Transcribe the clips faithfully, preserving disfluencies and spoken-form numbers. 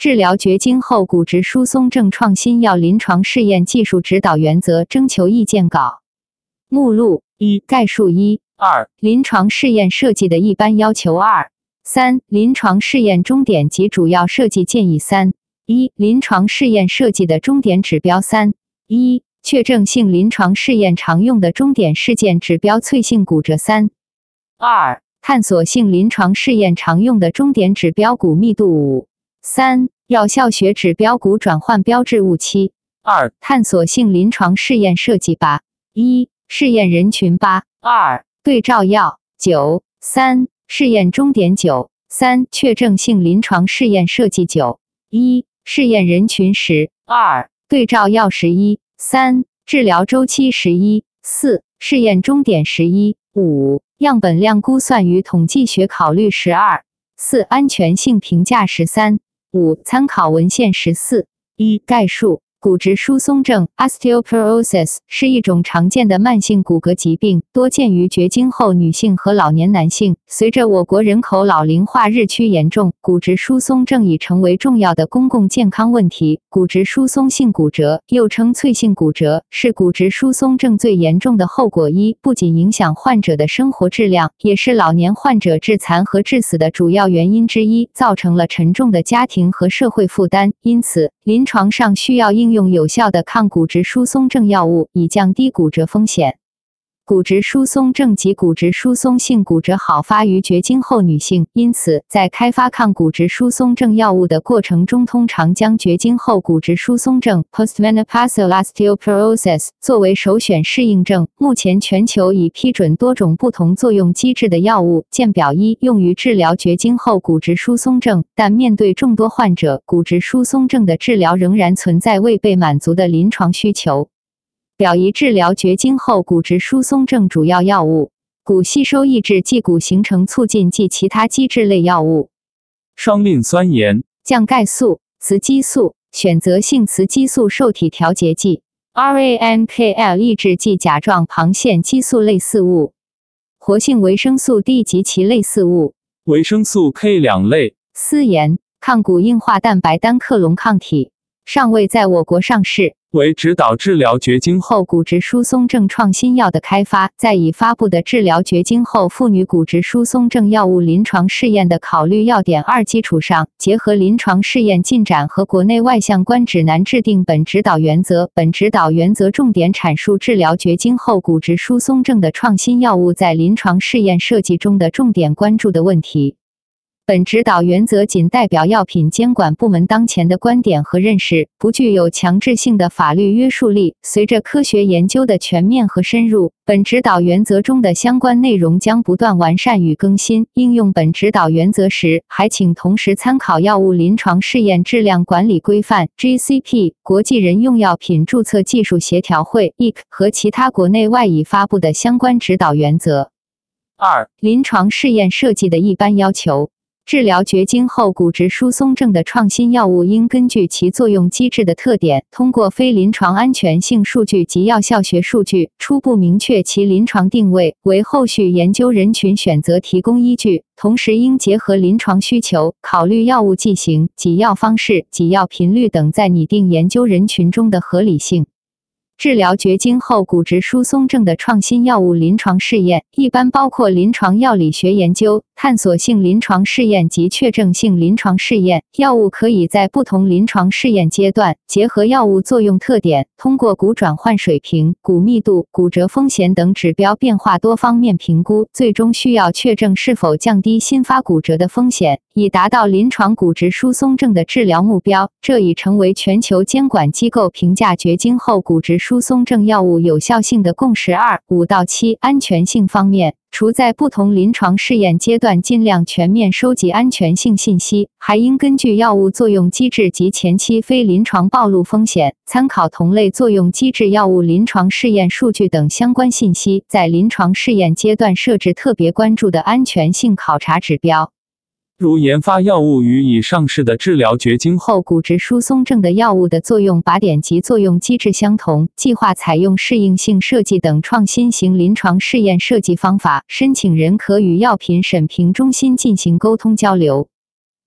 治疗绝经后骨质疏松症创新药临床试验技术指导原则征求意见稿。目录一概述一二临床试验设计的一般要求二三临床试验终点及主要设计建议三一临床试验设计的终点指标三一确证性临床试验常用的终点事件指标脆性骨折三二探索性临床试验常用的终点指标骨密度五三药效学指标骨转换标志物七二探索性临床试验设计八一试验人群八二对照药九三试验终点九三确证性临床试验设计九一试验人群十二对照药十一三治疗周期十一四试验终点十一五样本量估算与统计学考虑十二四安全性评价十三五参考文献十四一概述骨质疏松症 osteoporosis 是一种常见的慢性骨骼疾病，多见于绝经后女性和老年男性。随着我国人口老龄化日趋严重，骨质疏松症已成为重要的公共健康问题。骨质疏松性骨折，又称脆性骨折，是骨质疏松症最严重的后果。一、不仅影响患者的生活质量，也是老年患者致残和致死的主要原因之一，造成了沉重的家庭和社会负担。因此，临床上需要应用有效的抗骨质疏松症药物，以降低骨折风险。骨质疏松症及骨质疏松性骨折好发于绝经后女性，因此在开发抗骨质疏松症药物的过程中，通常将绝经后骨质疏松症 postmenopausal osteoporosis 作为首选适应症。目前全球已批准多种不同作用机制的药物，见表一，用于治疗绝经后骨质疏松症，但面对众多患者，骨质疏松症的治疗仍然存在未被满足的临床需求。表一治疗绝经后骨质疏松症主要药物：骨吸收抑制剂、骨形成促进剂其他基质类药物。 双磷酸盐、 降钙素、雌激素、选择性雌激素受体调节剂、R A N K L 抑制剂、甲状旁腺激素类似物、活性维生素 D 及其类似物、 维生素 K 两类、 丝盐、抗骨硬化蛋白单克隆抗体，尚未在我国上市。 为指导治疗绝经后骨质疏松症创新药的开发，在已发布的治疗绝经后妇女骨质疏松症药物临床试验的考虑要点二基础上，结合临床试验进展和国内外相关指南，制定本指导原则。本指导原则重点阐述治疗绝经后骨质疏松症的创新药物在临床试验设计中的重点关注的问题。本指导原则仅代表药品监管部门当前的观点和认识，不具有强制性的法律约束力。随着科学研究的全面和深入，本指导原则中的相关内容将不断完善与更新。应用本指导原则时，还请同时参考药物临床试验质量管理规范 G C P、国际人用药品注册技术协调会 I C 和其他国内外已发布的相关指导原则。二、临床试验设计的一般要求。治疗绝经后骨质疏松症的创新药物应根据其作用机制的特点，通过非临床安全性数据及药效学数据，初步明确其临床定位，为后续研究人群选择提供依据。同时应结合临床需求，考虑药物剂型、给药方式、给药频率等在拟定研究人群中的合理性。治疗绝经后骨质疏松症的创新药物临床试验，一般包括临床药理学研究、探索性临床试验及确证性临床试验。药物可以在不同临床试验阶段，结合药物作用特点，通过骨转换水平、骨密度、骨折风险等指标变化多方面评估，最终需要确证是否降低新发骨折的风险，以达到临床骨质疏松症的治疗目标。这已成为全球监管机构评价绝经后骨质疏松症药物有效性的共识。二、五到七安全性方面，除在不同临床试验阶段尽量全面收集安全性信息，还应根据药物作用机制及前期非临床暴露风险，参考同类作用机制药物临床试验数据等相关信息，在临床试验阶段设置特别关注的安全性考察指标。 如研发药物与已上市的治疗绝经后骨质疏松症的药物的作用靶点及作用机制相同，计划采用适应性设计等创新型临床试验设计方法，申请人可与药品审评中心进行沟通交流。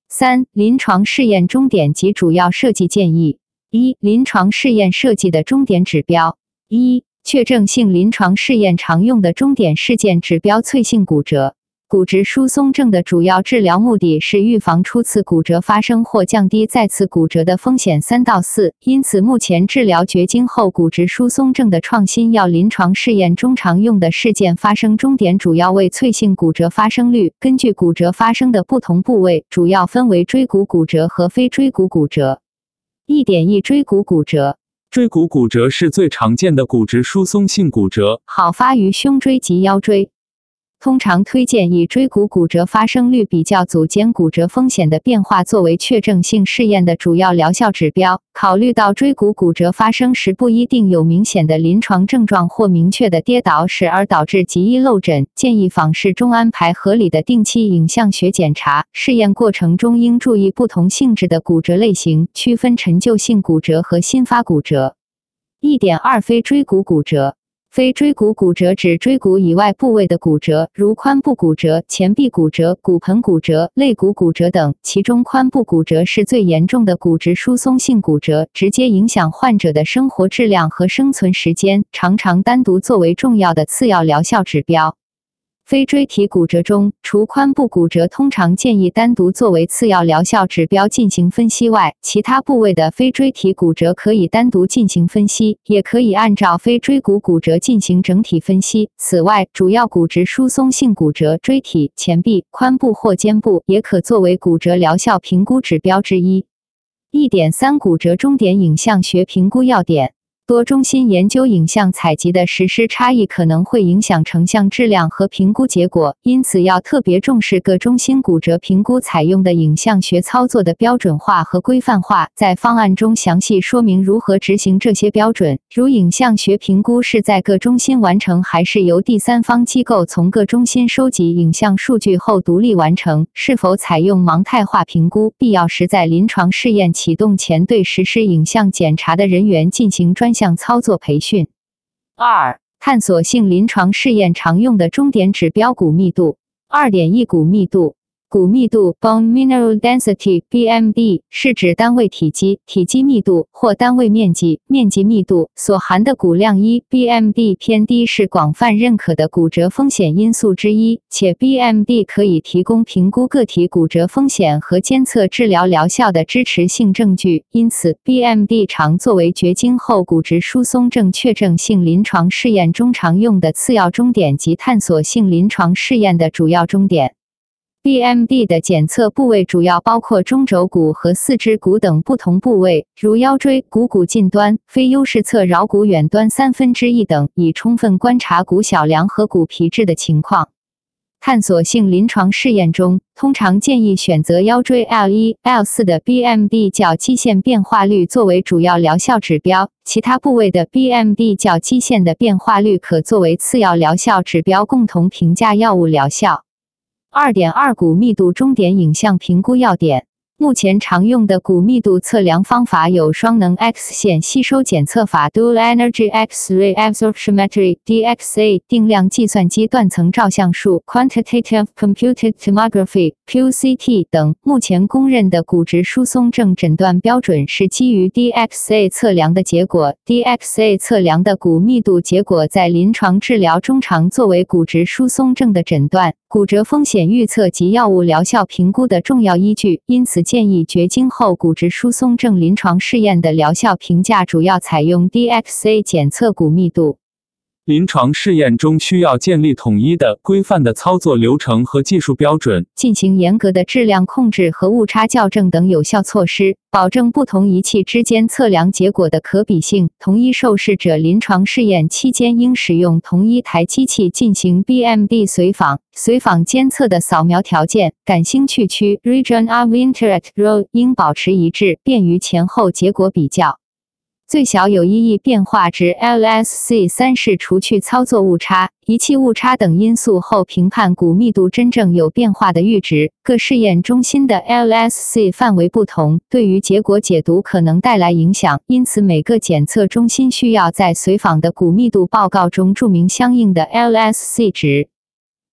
三、临床试验终点及主要设计建议。一、临床试验设计的终点指标。一、确证性临床试验常用的终点事件指标脆性骨折。骨质疏松症的主要治疗目的是预防初次骨折发生或降低再次骨折的风险三到四，因此目前治疗绝经后骨质疏松症的创新药临床试验中常用的事件发生终点主要为脆性骨折发生率，根据骨折发生的不同部位，主要分为椎骨骨折和非椎骨骨折。一点一椎骨骨折。 椎骨骨折是最常见的骨质疏松性骨折， 好发于胸椎及腰椎。通常推荐以椎骨骨折发生率比较组间骨折风险的变化作为确证性试验的主要疗效指标。考虑到椎骨骨折发生时不一定有明显的临床症状或明确的跌倒史而导致极易漏诊，建议访视中安排合理的定期影像学检查。试验过程中应注意不同性质的骨折类型，区分陈旧性骨折和新发骨折。一点二 非椎骨骨折。非椎骨骨折指椎骨以外部位的骨折，如髋部骨折、前臂骨折、骨盆骨折、肋骨骨折等，其中髋部骨折是最严重的骨质疏松性骨折，直接影响患者的生活质量和生存时间，常常单独作为重要的次要疗效指标。非椎体骨折中，除髋部骨折通常建议单独作为次要疗效指标进行分析外，其他部位的非椎体骨折可以单独进行分析，也可以按照非椎骨骨折进行整体分析。此外，主要骨质疏松性骨折、椎体、前臂、髋部或肩部也可作为骨折疗效评估指标之一。一点三 骨折终点影像学评估要点。多中心研究影像采集的实施差异可能会影响成像质量和评估结果，因此要特别重视各中心骨折评估采用的影像学操作的标准化和规范化，在方案中详细说明如何执行这些标准，如影像学评估是在各中心完成，还是由第三方机构从各中心收集影像数据后独立完成，是否采用盲态化评估，必要时在临床试验启动前对实施影像检查的人员进行专项操作培训。二、探索性临床试验常用的终点指标骨密度。二点一 骨密度。骨密度 （Bone Mineral Density B M D） 是指单位体积、体积密度或单位面积、面积密度所含的骨量。一 B M D 偏低是广泛认可的骨折风险因素之一，且 B M D 可以提供评估个体骨折风险和监测治疗疗效的支持性证据，因此 B M D 常作为绝经后骨质疏松症确证性临床试验中常用的次要终点及探索性临床试验的主要终点。B M D 的检测部位主要包括中轴骨和四肢骨等不同部位，如腰椎、股骨近端、非优势侧桡骨远端三分之一等，以充分观察骨小梁和骨皮质的情况。探索性临床试验中，通常建议选择腰椎 L 一、L 四 的 B M D 较基线变化率作为主要疗效指标，其他部位的 B M D 较基线的变化率可作为次要疗效指标，共同评价药物疗效。二点二 骨密度终点影像评估要点。目前常用的骨密度测量方法有双能 X 线吸收检测法 （Dual Energy X-ray Absorptiometry（D X A）、定量计算机断层照相术 （Quantitative Computed Tomography）、Q C T 等。目前公认的骨质疏松症诊断标准是基于 D X A 测量的结果。D X A 测量的骨密度结果在临床治疗中常作为骨质疏松症的诊断、骨折风险预测及药物疗效评估的重要依据，因此建议绝经后骨质疏松症临床试验的疗效评价主要采用 D X A 检测骨密度。 临床试验中需要建立统一的、规范的操作流程和技术标准， 进行严格的质量控制和误差校正等有效措施，保证不同仪器之间测量结果的可比性。同一受试者临床试验期间应使用同一台机器进行 B M D 随访，随访监测的扫描条件、感兴趣区 （Region of Interest Row） 应保持一致，便于前后结果比较。最小有意义变化值 L S C 三 是除去操作误差、仪器误差等因素后评判骨密度真正有变化的阈值。各试验中心的 L S C 范围不同，对于结果解读可能带来影响，因此每个检测中心需要在随访的骨密度报告中注明相应的 L S C 值。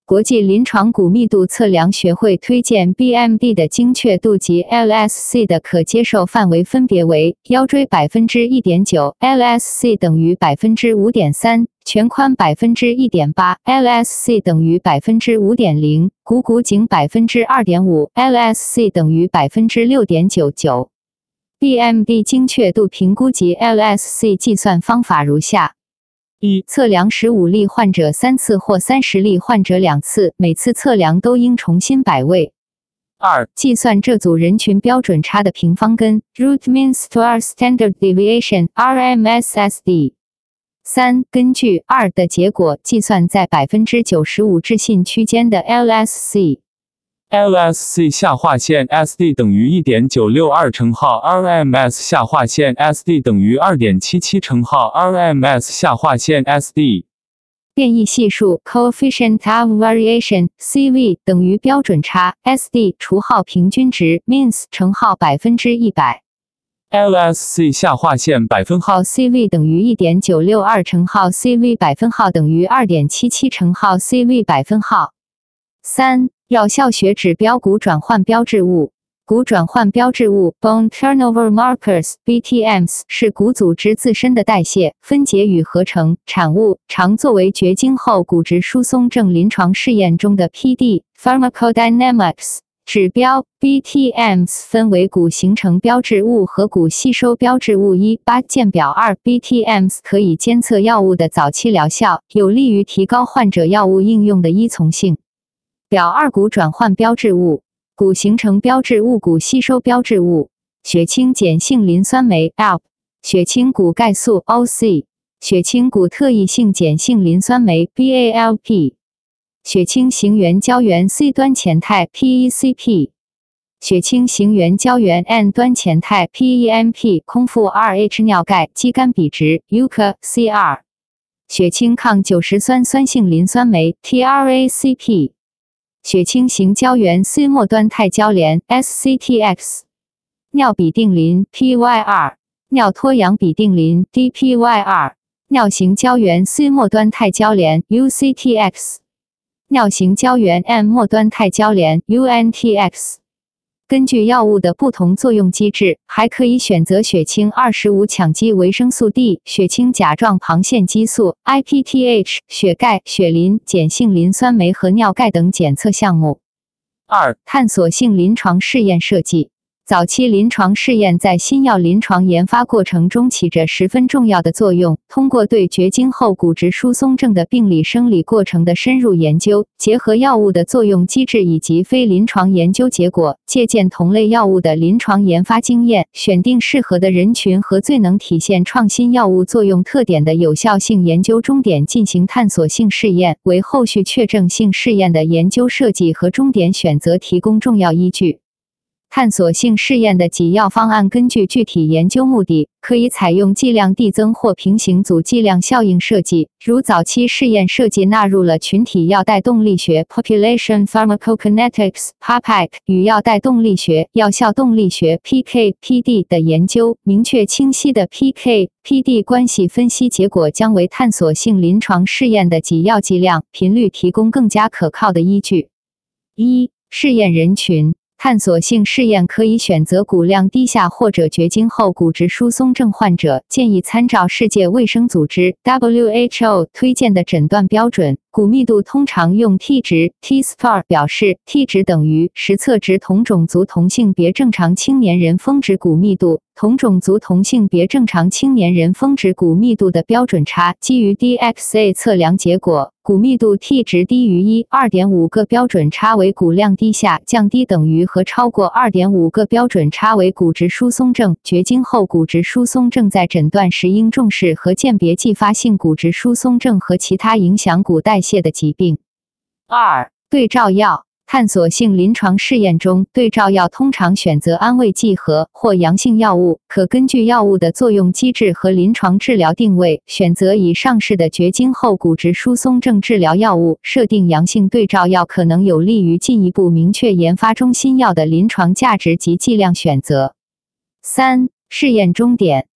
国际临床骨密度测量学会推荐 B M D 的精确度及 L S C 的可接受范围分别为腰椎 百分之一点九 ，L S C 等于 百分之五点三， 全髋 百分之一点八 ，L S C 等于 百分之五点零， 股骨颈 百分之二点五 ，L S C 等于 百分之六点九九。B M D 精确度评估及 L S C 计算方法如下。一、测量十五例患者三次或三十例患者两次，每次测量都应重新摆位。二、计算这组人群标准差的平方根 root mean square standard deviation R M S S D。三、根据二的结果计算在 百分之九十五 置信区间的 L S C。L S C 下划线 S D 等于 一点九六二 乘号 R M S 下划线 S D 等于 二点七七 乘号 R M S 下划线 S D。 变异系数 coefficient of variation C V 等于标准差 S D 除号平均值 means 乘号百分之一百。 L S C 下划线百分号 C V 等于 一点九六二 乘号 C V 百分号等于 二点七七 乘号 C V 百分号。三、药效学指标骨转换标志物。骨转换标志物 Bone Turnover Markers B T Ms 是骨组织自身的代谢、分解与合成产物，常作为绝经后骨质疏松症临床试验中的 P D Pharmacodynamics 指标。 B T Ms 分为骨形成标志物和骨吸收标志物。一八见表二 B T Ms 可以监测药物的早期疗效，有利于提高患者药物应用的依从性。表二骨转换标志物。骨形成标志物、骨吸收标志物。血清碱性磷酸酶 A L P， 血清骨钙素 O C， 血清骨特异性碱性磷酸酶 B A L P， 血清行原胶原 C 端前肽 P E C P， 血清行原胶原 N 端前肽 P E M P， 空腹 R H 尿钙肌酐比值 U C C R， 血清抗九十酸酸性磷酸酶 T R A C P，血清型胶原 C 末端肽胶联 S C T X， 尿吡啶磷 P Y R， 尿脱氧吡啶磷 D P Y R， 尿型胶原 C 末端肽胶联 U C T X， 尿型胶原 M 末端肽胶联 U N T X。根据药物的不同作用机制，还可以选择血清二十五羟基维生素 D、血清甲状旁腺激素 I P T H、血钙、血磷、碱性磷酸酶和尿钙等检测项目。二、探索性临床试验设计。早期临床试验在新药临床研发过程中起着十分重要的作用。通过对绝经后骨质疏松症的病理生理过程的深入研究，结合药物的作用机制以及非临床研究结果，借鉴同类药物的临床研发经验，选定适合的人群和最能体现创新药物作用特点的有效性研究终点进行探索性试验，为后续确证性试验的研究设计和终点选择提供重要依据。探索性试验的给药方案根据具体研究目的，可以采用剂量递增或平行组剂量效应设计，如早期试验设计纳入了群体药代动力学 Population Pharmacokinetics P A P A C 与药代动力学、药效动力学 P K P D 的研究，明确清晰的 P K P D 关系分析结果将为探索性临床试验的给药剂量、频率提供更加可靠的依据。一、试验人群。探索性试验可以选择骨量低下或者绝经后骨质疏松症患者，建议参照世界卫生组织 W H O 推荐的诊断标准。骨密度通常用 T 值 T star 表示 ，T 值等于实测值同种族同性别正常青年人峰值骨密度，同种族同性别正常青年人峰值骨密度的标准差。基于 D X A 测量结果，骨密度 T 值低于一 二点五 个标准差为骨量低下，降低等于和超过 二点五 个标准差为骨质疏松症。绝经后骨质疏松症在诊断时应重视和鉴别继发性骨质疏松症和其他影响骨代谢的疾病。二、对照药。探索性临床试验中，对照药通常选择安慰剂和或阳性药物，可根据药物的作用机制和临床治疗定位，选择已上市的绝经后骨质疏松症治疗药物。设定阳性对照药可能有利于进一步明确研发中新药的临床价值及剂量选择。三、试验终点。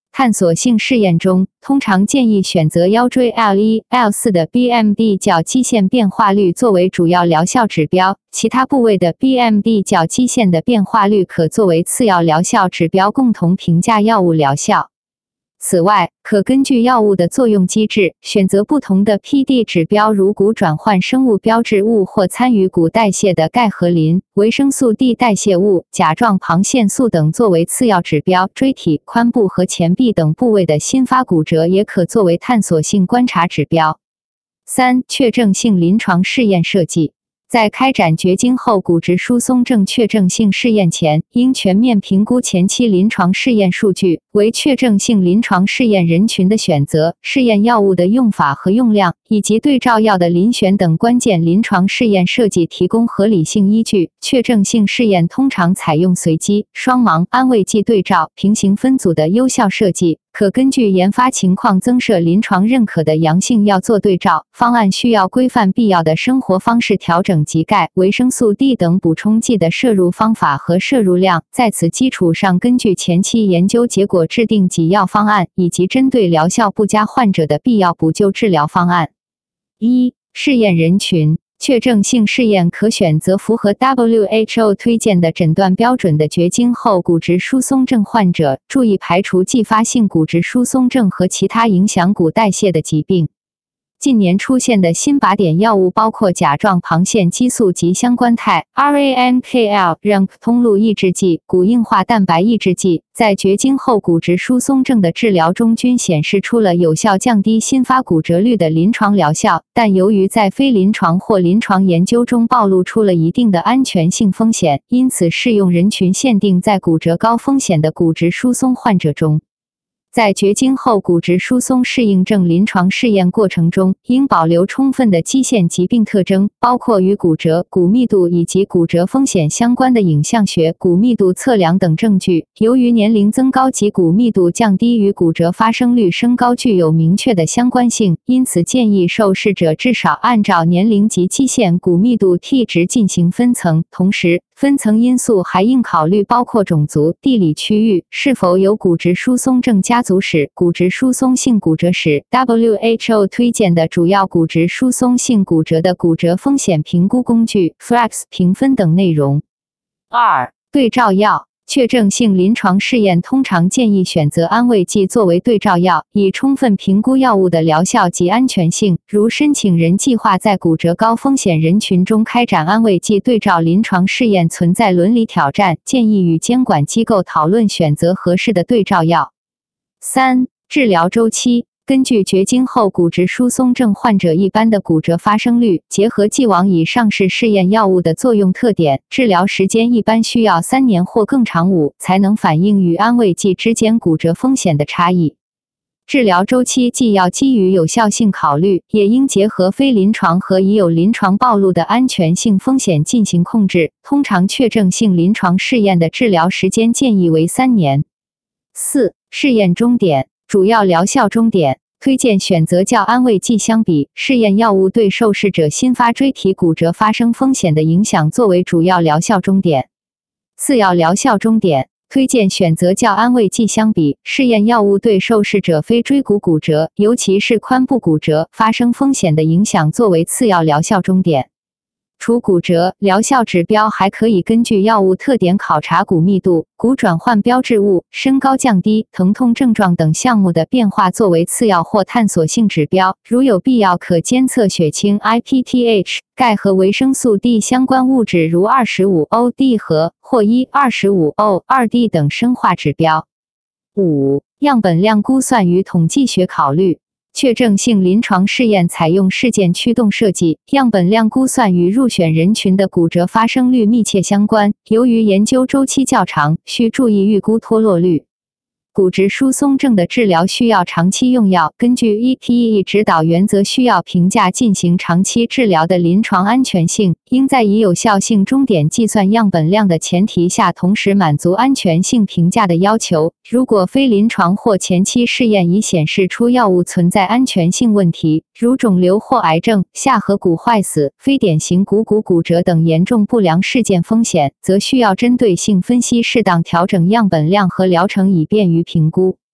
探索性试验中，通常建议选择腰椎 L 一、L 四 的 B M D 较基线变化率作为主要疗效指标，其他部位的 B M D 较基线的变化率可作为次要疗效指标，共同评价药物疗效。此外，可根据药物的作用机制，选择不同的 P D 指标，如骨转换生物标志物或参与骨代谢的钙和磷、维生素 D 代谢物、甲状旁腺素等作为次要指标。椎体、髋部和前臂等部位的新发骨折也可作为探索性观察指标。三、确证性临床试验设计。在开展绝经后骨质疏松症确证性试验前，应全面评估前期临床试验数据，为确证性临床试验人群的选择、试验药物的用法和用量，以及对照药的遴选等关键临床试验设计提供合理性依据。确证性试验通常采用随机、双盲、安慰剂对照、平行分组的优效设计，可根据研发情况增设临床认可的阳性药做对照。方案需要规范必要的生活方式调整及钙、维生素 D 等补充剂的摄入方法和摄入量，在此基础上根据前期研究结果制定给药方案，以及针对疗效不佳患者的必要补救治疗方案。一、试验人群。确证性试验可选择符合 W H O 推荐的诊断标准的绝经后骨质疏松症患者，注意排除继发性骨质疏松症和其他影响骨代谢的疾病。近年出现的新靶点药物包括甲状旁腺激素及相关肽、R A N K L、R A M P 通路抑制剂、骨硬化蛋白抑制剂，在绝经后骨质疏松症的治疗中均显示出了有效降低新发骨折率的临床疗效，但由于在非临床或临床研究中暴露出了一定的安全性风险，因此适用人群限定在骨折高风险的骨质疏松患者中。在绝经后骨质疏松适应症临床试验过程中，应保留充分的基线疾病特征，包括与骨折、骨密度以及骨折风险相关的影像学、骨密度测量等证据。由于年龄增高及骨密度降低与骨折发生率升高具有明确的相关性，因此建议受试者至少按照年龄及基线骨密度 T 值进行分层。同时，分层因素还应考虑包括种族、地理区域、是否有骨质疏松症家族史、骨质疏松性骨折史、W H O 推荐的主要骨质疏松性骨折的骨折风险评估工具 F R A X 评分等内容。二、对照药。确证性临床试验通常建议选择安慰剂作为对照药，以充分评估药物的疗效及安全性。如申请人计划在骨折高风险人群中开展安慰剂对照临床试验存在伦理挑战，建议与监管机构讨论选择合适的对照药。三、治疗周期。根据绝经后骨质疏松症患者一般的骨折发生率，结合既往已上市试验药物的作用特点，治疗时间一般需要三年或更长五才能反映与安慰剂之间骨折风险的差异。治疗周期既要基于有效性考虑，也应结合非临床和已有临床暴露的安全性风险进行控制。通常确证性临床试验的治疗时间建议为三年。四、试验终点。主要疗效终点。推荐选择较安慰剂相比，试验药物对受试者新发椎体骨折发生风险的影响作为主要疗效终点。次要疗效终点。推荐选择较安慰剂相比，试验药物对受试者非椎骨骨折，尤其是髋部骨折发生风险的影响作为次要疗效终点。除骨折，疗效指标还可以根据药物特点考察骨密度、骨转换标志物、身高降低、疼痛症状等项目的变化作为次要或探索性指标。如有必要，可监测血清 I P T H、钙和维生素 D 相关物质如 二十五 O D 和或一 二十五 O 二 D 等生化指标。五、样本量估算与统计学考虑。确证性临床试验采用事件驱动设计，样本量估算与入选人群的骨折发生率密切相关。由于研究周期较长，需注意预估脱落率。骨质疏松症的治疗需要长期用药，根据 E P E 指导原则需要评价进行长期治疗的临床安全性，应在以有效性终点计算样本量的前提下，同时满足安全性评价的要求。如果非临床或前期试验已显示出药物存在安全性问题，如肿瘤或癌症、下颌骨坏死、非典型股骨骨折等严重不良事件风险，则需要针对性分析适当调整样本量和疗程，以便于评估。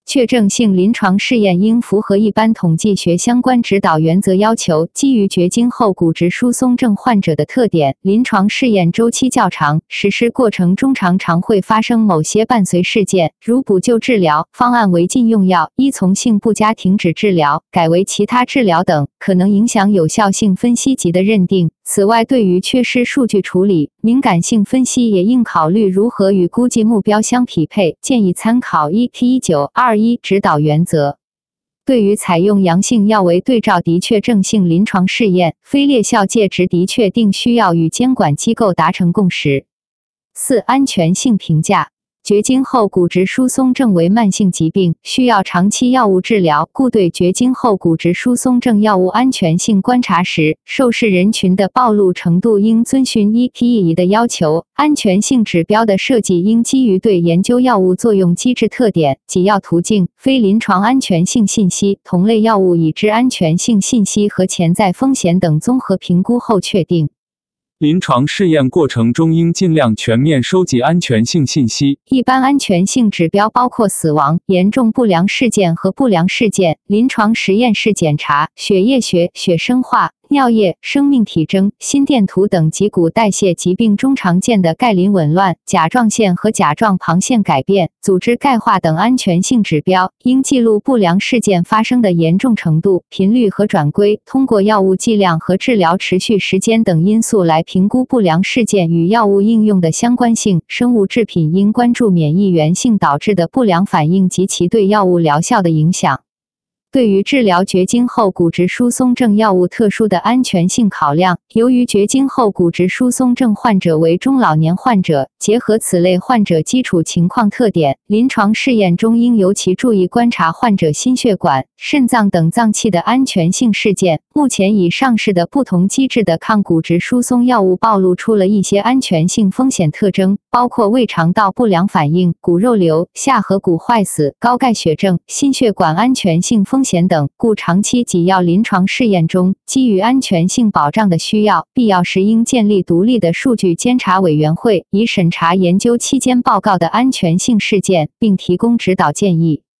确证性临床试验应符合一般统计学相关指导原则要求，基于绝经后骨质疏松症患者的特点，临床试验周期较长，实施过程中常常会发生某些伴随事件，如补救治疗、方案为禁用药、依从性不佳停止治疗、改为其他治疗等，可能影响有效性分析级的认定。此外，对于缺失数据处理，敏感性分析也应考虑如何与估计目标相匹配，建议参考 E T 一九二一 指导原则。对于采用阳性药为对照的确证性临床试验，非劣效介质的确定需要与监管机构达成共识。四、安全性评价。绝经后骨质疏松症为慢性疾病，需要长期药物治疗，故对绝经后骨质疏松症药物安全性观察时，受试人群的暴露程度应遵循 E T E 的要求。安全性指标的设计应基于对研究药物作用机制特点、给药途径、非临床安全性信息、同类药物已知安全性信息和潜在风险等综合评估后确定。 临床试验过程中应尽量全面收集安全性信息。 一般安全性指标包括死亡、严重不良事件和不良事件、临床实验室检查、血液学、血生化、尿液、生命体征、心电图等及骨代谢疾病中常见的钙磷紊乱、甲状腺和甲状旁腺改变、组织钙化等安全性指标，应记录不良事件发生的严重程度、频率和转归，通过药物剂量和治疗持续时间等因素来评估不良事件与药物应用的相关性。生物制品应关注免疫原性导致的不良反应及其对药物疗效的影响。对于治疗绝经后骨质疏松症药物特殊的安全性考量，由于绝经后骨质疏松症患者为中老年患者，结合此类患者基础情况特点，临床试验中应尤其注意观察患者心血管、肾脏等脏器的安全性事件。目前已上市的不同机制的抗骨质疏松药物暴露出了一些安全性风险特征，包括胃肠道不良反应、骨肉瘤、下颌骨坏死、高钙血症、心血管安全性风险等，故长期给药临床试验中，基于安全性保障的需要，必要时应建立独立的数据监察委员会，以审查研究期间报告的安全性事件，并提供指导建议。